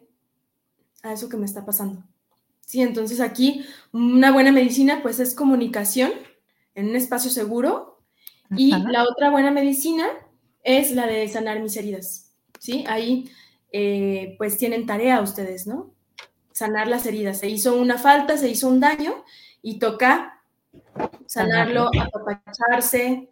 a eso que me está pasando. Sí, entonces aquí una buena medicina pues es comunicación en un espacio seguro. Ajá. Y la otra buena medicina es la de sanar mis heridas, ¿sí? Ahí eh, pues tienen tarea ustedes, ¿no? Sanar las heridas. Se hizo una falta, se hizo un daño y toca sanarlo, apapacharse.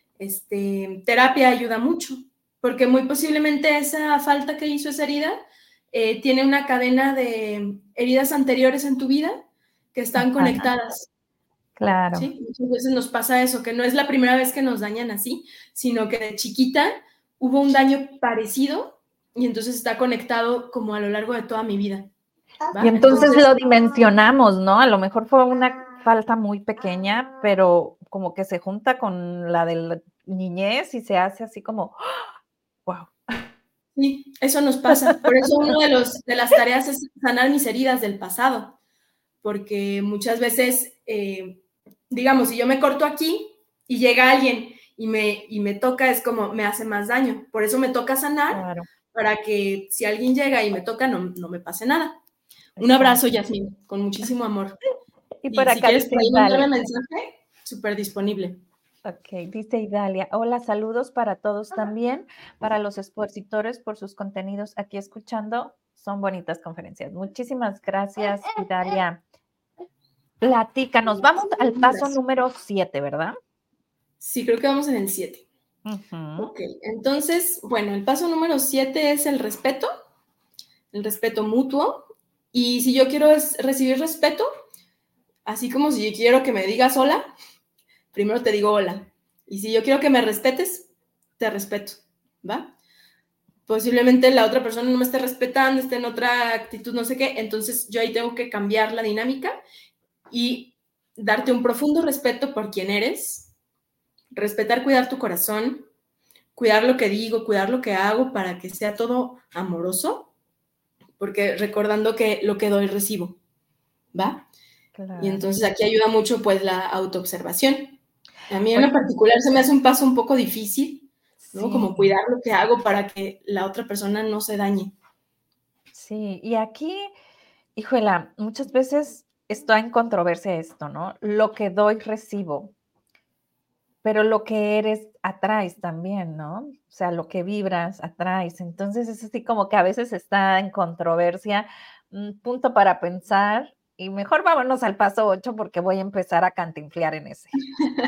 Este, terapia ayuda mucho, porque muy posiblemente esa falta que hizo esa herida eh, tiene una cadena de heridas anteriores en tu vida que están Ajá. conectadas. Claro. ¿Sí? Muchas veces nos pasa eso, que no es la primera vez que nos dañan así, sino que de chiquita hubo un daño parecido y entonces está conectado como a lo largo de toda mi vida. ¿Va? Y entonces, entonces lo dimensionamos, ¿no? A lo mejor fue una falta muy pequeña, pero como que se junta con la de la niñez y se hace así como, wow. Sí, eso nos pasa. Por eso una de, los, de las tareas es sanar mis heridas del pasado, porque muchas veces, eh, digamos, si yo me corto aquí y llega alguien y me, y me toca, es como me hace más daño. Por eso me toca sanar, claro. Para que si alguien llega y me toca, no, no me pase nada. Un abrazo, Yasmín, con muchísimo amor. Y, y por acá si quieres por ahí mandarme mensaje, súper disponible. Ok, dice Idalia, hola, saludos para todos también, para los expositores por sus contenidos aquí escuchando, son bonitas conferencias. Muchísimas gracias, Idalia. Platícanos, vamos al paso gracias. número siete, ¿verdad? Sí, creo que vamos en el siete. Uh-huh. Ok, entonces, bueno, el paso número siete es el respeto, el respeto mutuo. Y si yo quiero recibir respeto, así como si yo quiero que me digas hola, primero te digo hola. Y si yo quiero que me respetes, te respeto, ¿va? Posiblemente la otra persona no me esté respetando, esté en otra actitud, no sé qué, entonces yo ahí tengo que cambiar la dinámica y darte un profundo respeto por quien eres, respetar, cuidar tu corazón, cuidar lo que digo, cuidar lo que hago para que sea todo amoroso, porque recordando que lo que doy recibo, ¿va? Claro. Y entonces aquí ayuda mucho pues la autoobservación. A mí en lo particular se me hace un paso un poco difícil, ¿no? Sí. Como cuidar lo que hago para que la otra persona no se dañe. Sí, y aquí, híjola, muchas veces está en controversia esto, ¿no? Lo que doy, recibo, pero lo que eres, atraes también, ¿no? O sea, lo que vibras, atraes. Entonces es así como que a veces está en controversia, un punto para pensar. Y mejor vámonos al paso ocho porque voy a empezar a cantinflear en ese.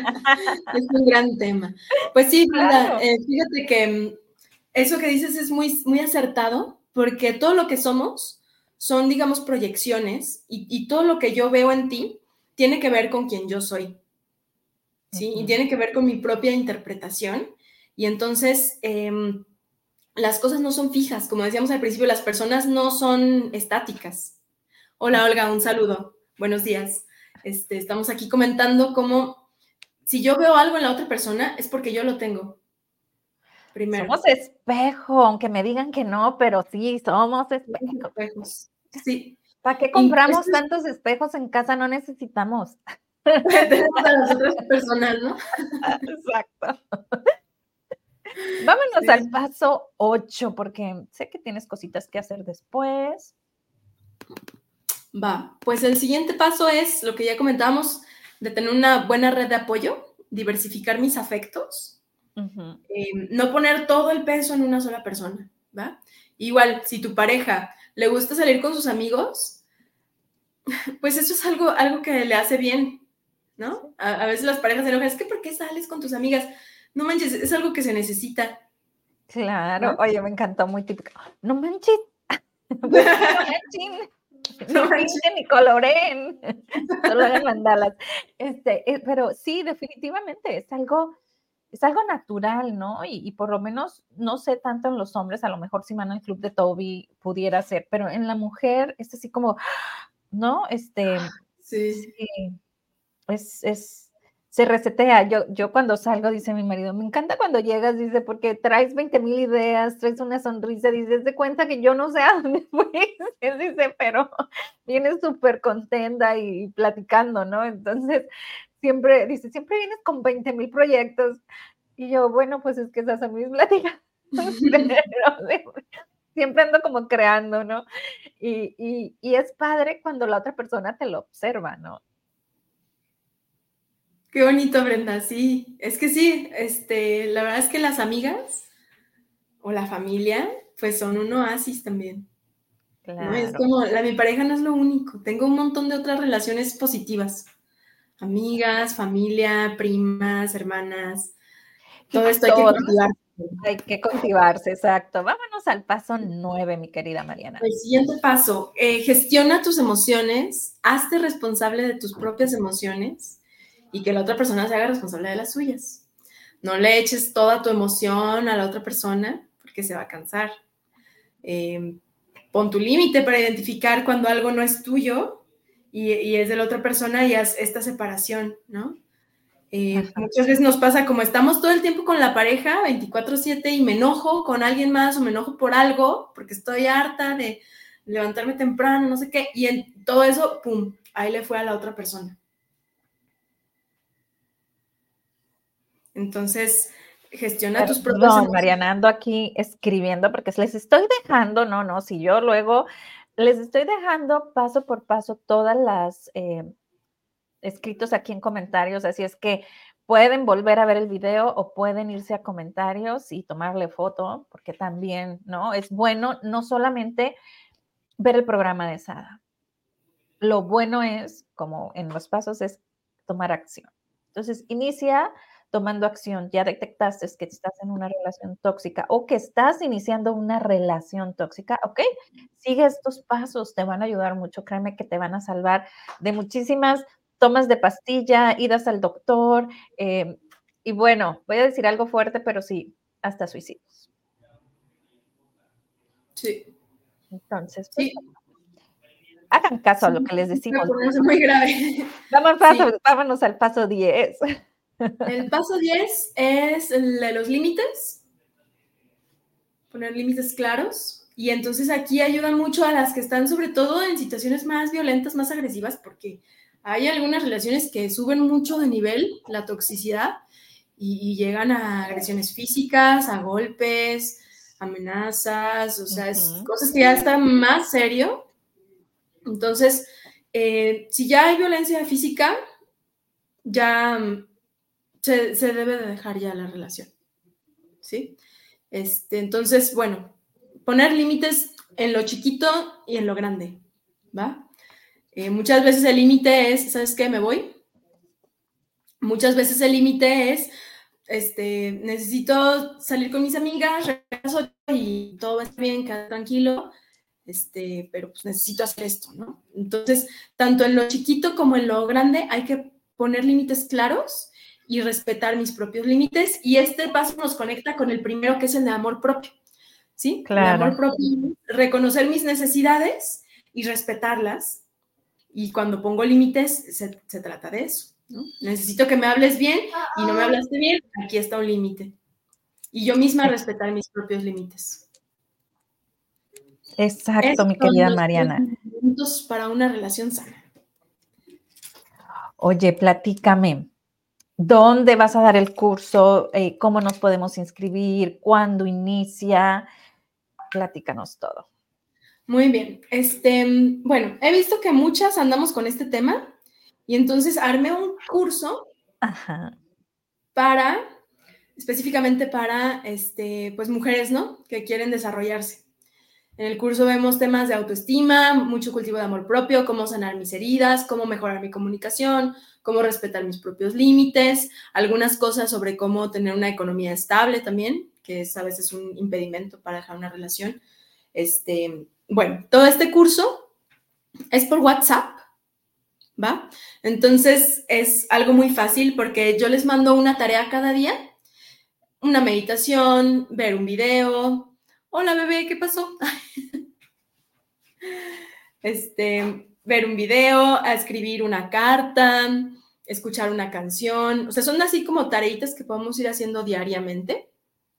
Es un gran tema. Pues sí, claro. eh, fíjate que eso que dices es muy, muy acertado porque todo lo que somos son, digamos, proyecciones y, y todo lo que yo veo en ti tiene que ver con quien yo soy, ¿sí? Uh-huh. Y tiene que ver con mi propia interpretación. Y entonces, eh, las cosas no son fijas, como decíamos al principio, las personas no son estáticas. Hola, Olga, un saludo. Buenos días. Este, estamos aquí comentando cómo si yo veo algo en la otra persona es porque yo lo tengo. Primero. Somos espejo, aunque me digan que no, pero sí, somos espejo. Espejos. Sí. ¿Para qué compramos tantos espejos en casa? No necesitamos. Tenemos a las otras personas, ¿no? Exacto. Vámonos sí. al paso ocho, porque sé que tienes cositas que hacer después. Va, pues el siguiente paso es lo que ya comentábamos, de tener una buena red de apoyo, diversificar mis afectos, uh-huh. eh, no poner todo el peso en una sola persona, ¿va? Igual, si tu pareja le gusta salir con sus amigos, pues eso es algo, algo que le hace bien, ¿no? A, a veces las parejas se enojan, es que ¿por qué sales con tus amigas? No manches, es algo que se necesita. Claro, ¿no? Oye, me encantó, muy típico. No manches, no manches. Ni pinten ni coloren, solo hagan mandalas. Este, eh, pero sí, definitivamente es algo, es algo natural, ¿no? Y, y por lo menos, no sé tanto en los hombres, a lo mejor si van al club de Toby pudiera ser, pero en la mujer es así como, ¿no? Este, sí, sí es, es, se resetea. Yo, yo cuando salgo, dice mi marido, me encanta cuando llegas, dice, porque traes veinte mil ideas, traes una sonrisa, dices, de cuenta que yo no sé a dónde fuiste, dice, pero vienes súper contenta y platicando, ¿no? Entonces, siempre, dice, siempre vienes con veinte mil proyectos. Y yo, bueno, pues es que esas son mis pláticas. Pero siempre ando como creando, ¿no? Y, y, y es padre cuando la otra persona te lo observa, ¿no? Qué bonito, Brenda, sí, es que sí, este, la verdad es que las amigas o la familia, pues son un oasis también. Claro. ¿No? Es como, la, mi pareja no es lo único, tengo un montón de otras relaciones positivas, amigas, familia, primas, hermanas, todo esto hay que cultivar. Hay que cultivarse, exacto. Vámonos al paso nueve, mi querida Mariana. El siguiente paso, eh, gestiona tus emociones, hazte responsable de tus propias emociones y que la otra persona se haga responsable de las suyas. No le eches toda tu emoción a la otra persona porque se va a cansar. Eh, pon tu límite para identificar cuando algo no es tuyo y, y es de la otra persona y haz esta separación, ¿no? Eh, muchas veces nos pasa como estamos todo el tiempo con la pareja veinticuatro siete y me enojo con alguien más o me enojo por algo porque estoy harta de levantarme temprano, no sé qué, y en todo eso, pum, ahí le fue a la otra persona. Entonces, gestiona Perdón, tus propias emociones. Mariana, ando aquí escribiendo porque les estoy dejando, no, no, si yo luego les estoy dejando paso por paso todas las eh, escritos aquí en comentarios, así es que pueden volver a ver el video o pueden irse a comentarios y tomarle foto, porque también, ¿no? Es bueno no solamente ver el programa de Sada. Lo bueno es, como en los pasos, es tomar acción. Entonces, inicia tomando acción. Ya detectaste que estás en una relación tóxica o que estás iniciando una relación tóxica, ¿ok? Sigue estos pasos, te van a ayudar mucho. Créeme que te van a salvar de muchísimas tomas de pastilla, idas al doctor, eh, y bueno, voy a decir algo fuerte, pero sí, hasta suicidios. Sí. Entonces, pues, sí. Hagan caso sí, a lo que les decimos. Es muy grave. Vamos, paso, sí. Vámonos al paso diez. El paso diez es el de los límites. Poner límites claros. Y entonces aquí ayuda mucho a las que están sobre todo en situaciones más violentas, más agresivas, porque hay algunas relaciones que suben mucho de nivel la toxicidad y, y llegan a agresiones físicas, a golpes, amenazas, o sea, uh-huh. es cosas que ya están más serio. Entonces, eh, si ya hay violencia física, ya se, se debe de dejar ya la relación, ¿sí? Este, entonces, bueno, poner límites en lo chiquito y en lo grande, ¿va? Eh, muchas veces el límite es, ¿sabes qué? Me voy. Muchas veces el límite es, este, necesito salir con mis amigas, regreso y todo va a estar bien, queda tranquilo, este, pero pues necesito hacer esto, ¿no? Entonces, tanto en lo chiquito como en lo grande hay que poner límites claros y respetar mis propios límites, y este paso nos conecta con el primero, que es el de amor propio. ¿sí? Claro. Mi amor propio, reconocer mis necesidades y respetarlas. Y cuando pongo límites, se, se trata de eso, ¿no? Necesito que me hables bien y no me hablaste bien, aquí está un límite. Y yo misma respetar mis propios límites. Exacto, Esos mi son querida los tres Mariana. puntos para una relación sana. Oye, platícame, ¿dónde vas a dar el curso? Eh, ¿Cómo nos podemos inscribir? ¿Cuándo inicia? Platícanos todo. Muy bien. Este, bueno, he visto que muchas andamos con este tema y entonces armé un curso Ajá. para, específicamente para, este, pues mujeres, ¿no? Que quieren desarrollarse. En el curso vemos temas de autoestima, mucho cultivo de amor propio, cómo sanar mis heridas, cómo mejorar mi comunicación, cómo respetar mis propios límites, algunas cosas sobre cómo tener una economía estable también, que es a veces un impedimento para dejar una relación. Este, bueno, todo este curso es por WhatsApp, ¿va? Entonces es algo muy fácil porque yo les mando una tarea cada día, una meditación, ver un video. Hola bebé, ¿qué pasó? Este, ver un video, a escribir una carta, escuchar una canción. O sea, son así como tareitas que podemos ir haciendo diariamente.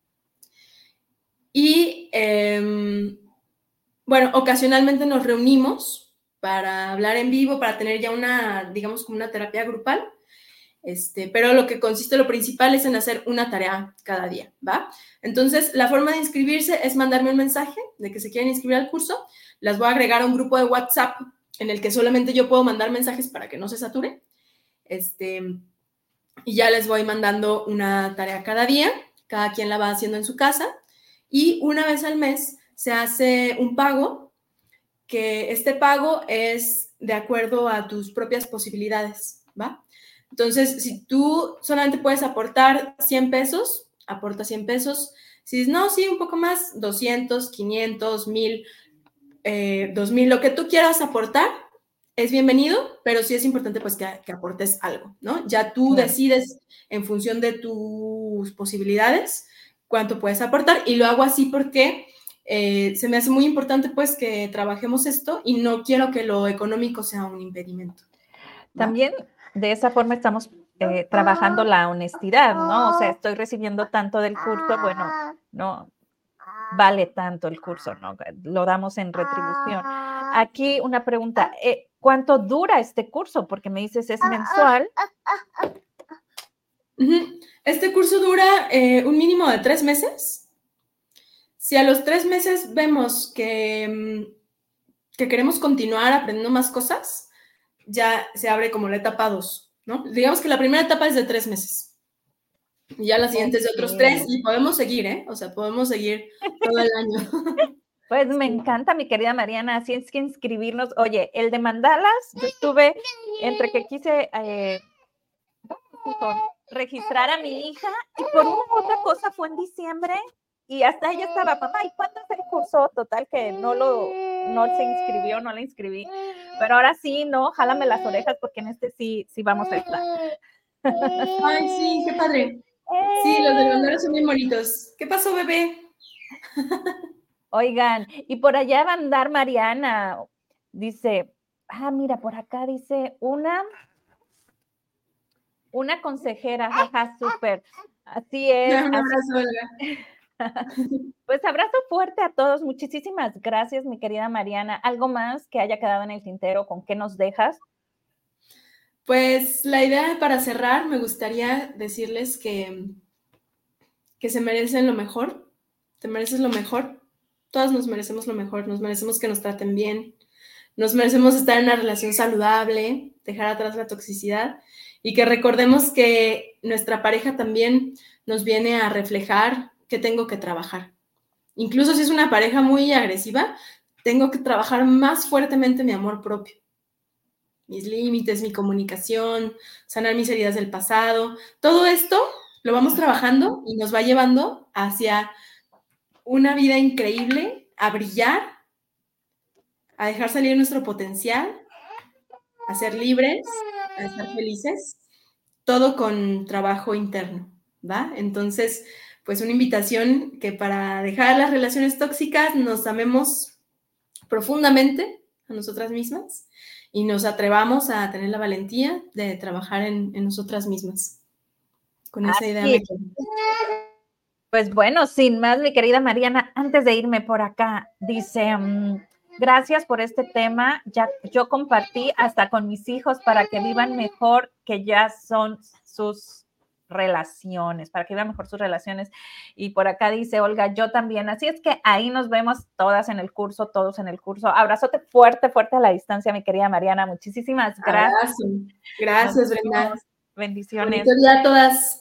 Y eh, bueno, ocasionalmente nos reunimos para hablar en vivo, para tener ya una, digamos, como una terapia grupal. Este, pero lo que consiste, lo principal es en hacer una tarea cada día, ¿va? Entonces, la forma de inscribirse es mandarme un mensaje de que se quieren inscribir al curso. Las voy a agregar a un grupo de WhatsApp en el que solamente yo puedo mandar mensajes para que no se sature. Este, y ya les voy mandando una tarea cada día, cada quien la va haciendo en su casa. Y una vez al mes se hace un pago, que este pago es de acuerdo a tus propias posibilidades, ¿va? Entonces, si tú solamente puedes aportar cien pesos, aporta cien pesos. Si no, sí, un poco más, doscientos, quinientos, mil, eh, dos mil, lo que tú quieras aportar es bienvenido, pero sí es importante pues que, que aportes algo, ¿no? Ya tú Claro. decides en función de tus posibilidades cuánto puedes aportar, y lo hago así porque eh, se me hace muy importante pues que trabajemos esto y no quiero que lo económico sea un impedimento, ¿va? También de esa forma estamos eh, trabajando la honestidad, ¿no? O sea, estoy recibiendo tanto del curso, bueno, no vale tanto el curso, ¿no? Lo damos en retribución. Aquí una pregunta, eh, ¿cuánto dura este curso? Porque me dices es mensual. Uh-huh. Este curso dura eh, un mínimo de tres meses. Si a los tres meses vemos que, que queremos continuar aprendiendo más cosas, ya se abre como la etapa dos, ¿no? Digamos que la primera etapa es de tres meses. Y ya la siguiente okay. es de otros tres, y podemos seguir, ¿eh? O sea, podemos seguir todo el año. Pues me encanta, mi querida Mariana, así es que inscribirnos. Oye, el de mandalas, yo estuve entre que quise eh, registrar a mi hija y por una u otra cosa fue en diciembre y hasta ella estaba, mamá, ¿y cuándo es el curso? Total que no lo, no se inscribió, no la inscribí. Pero ahora sí, no, jálame las orejas porque en este sí, sí vamos a estar. Ay, sí, qué padre. Sí, los del mandala son bien bonitos. ¿Qué pasó, bebé? Oigan, y por allá va a andar Mariana. Dice, ah, mira, por acá dice una, una consejera, jaja, súper. Así es. Un abrazo, Olga. Pues abrazo fuerte a todos. Muchísimas gracias, mi querida Mariana. ¿Algo más que haya quedado en el tintero? ¿Con qué nos dejas? Pues la idea para cerrar, me gustaría decirles que, que se merecen lo mejor. Te mereces lo mejor. Todas nos merecemos lo mejor. Nos merecemos que nos traten bien. Nos merecemos estar en una relación saludable, dejar atrás la toxicidad y que recordemos que nuestra pareja también nos viene a reflejar que tengo que trabajar. Incluso si es una pareja muy agresiva, tengo que trabajar más fuertemente mi amor propio, mis límites, mi comunicación, sanar mis heridas del pasado. Todo esto lo vamos trabajando y nos va llevando hacia una vida increíble, a brillar, a dejar salir nuestro potencial, a ser libres, a estar felices, todo con trabajo interno, ¿va? Entonces, pues una invitación que para dejar las relaciones tóxicas nos amemos profundamente a nosotras mismas y nos atrevamos a tener la valentía de trabajar en, en nosotras mismas. Con esa idea me quedo. Pues bueno, sin más, mi querida Mariana, antes de irme por acá, dice, um, gracias por este tema, ya yo compartí hasta con mis hijos para que vivan mejor, que ya son sus relaciones, para que vivan mejor sus relaciones. Y por acá dice Olga, yo también, así es que ahí nos vemos todas en el curso, todos en el curso. Abrazote fuerte, fuerte a la distancia, mi querida Mariana, muchísimas gracias. Abrazo. Gracias, Brenda. Bendiciones. Bonito día a todas.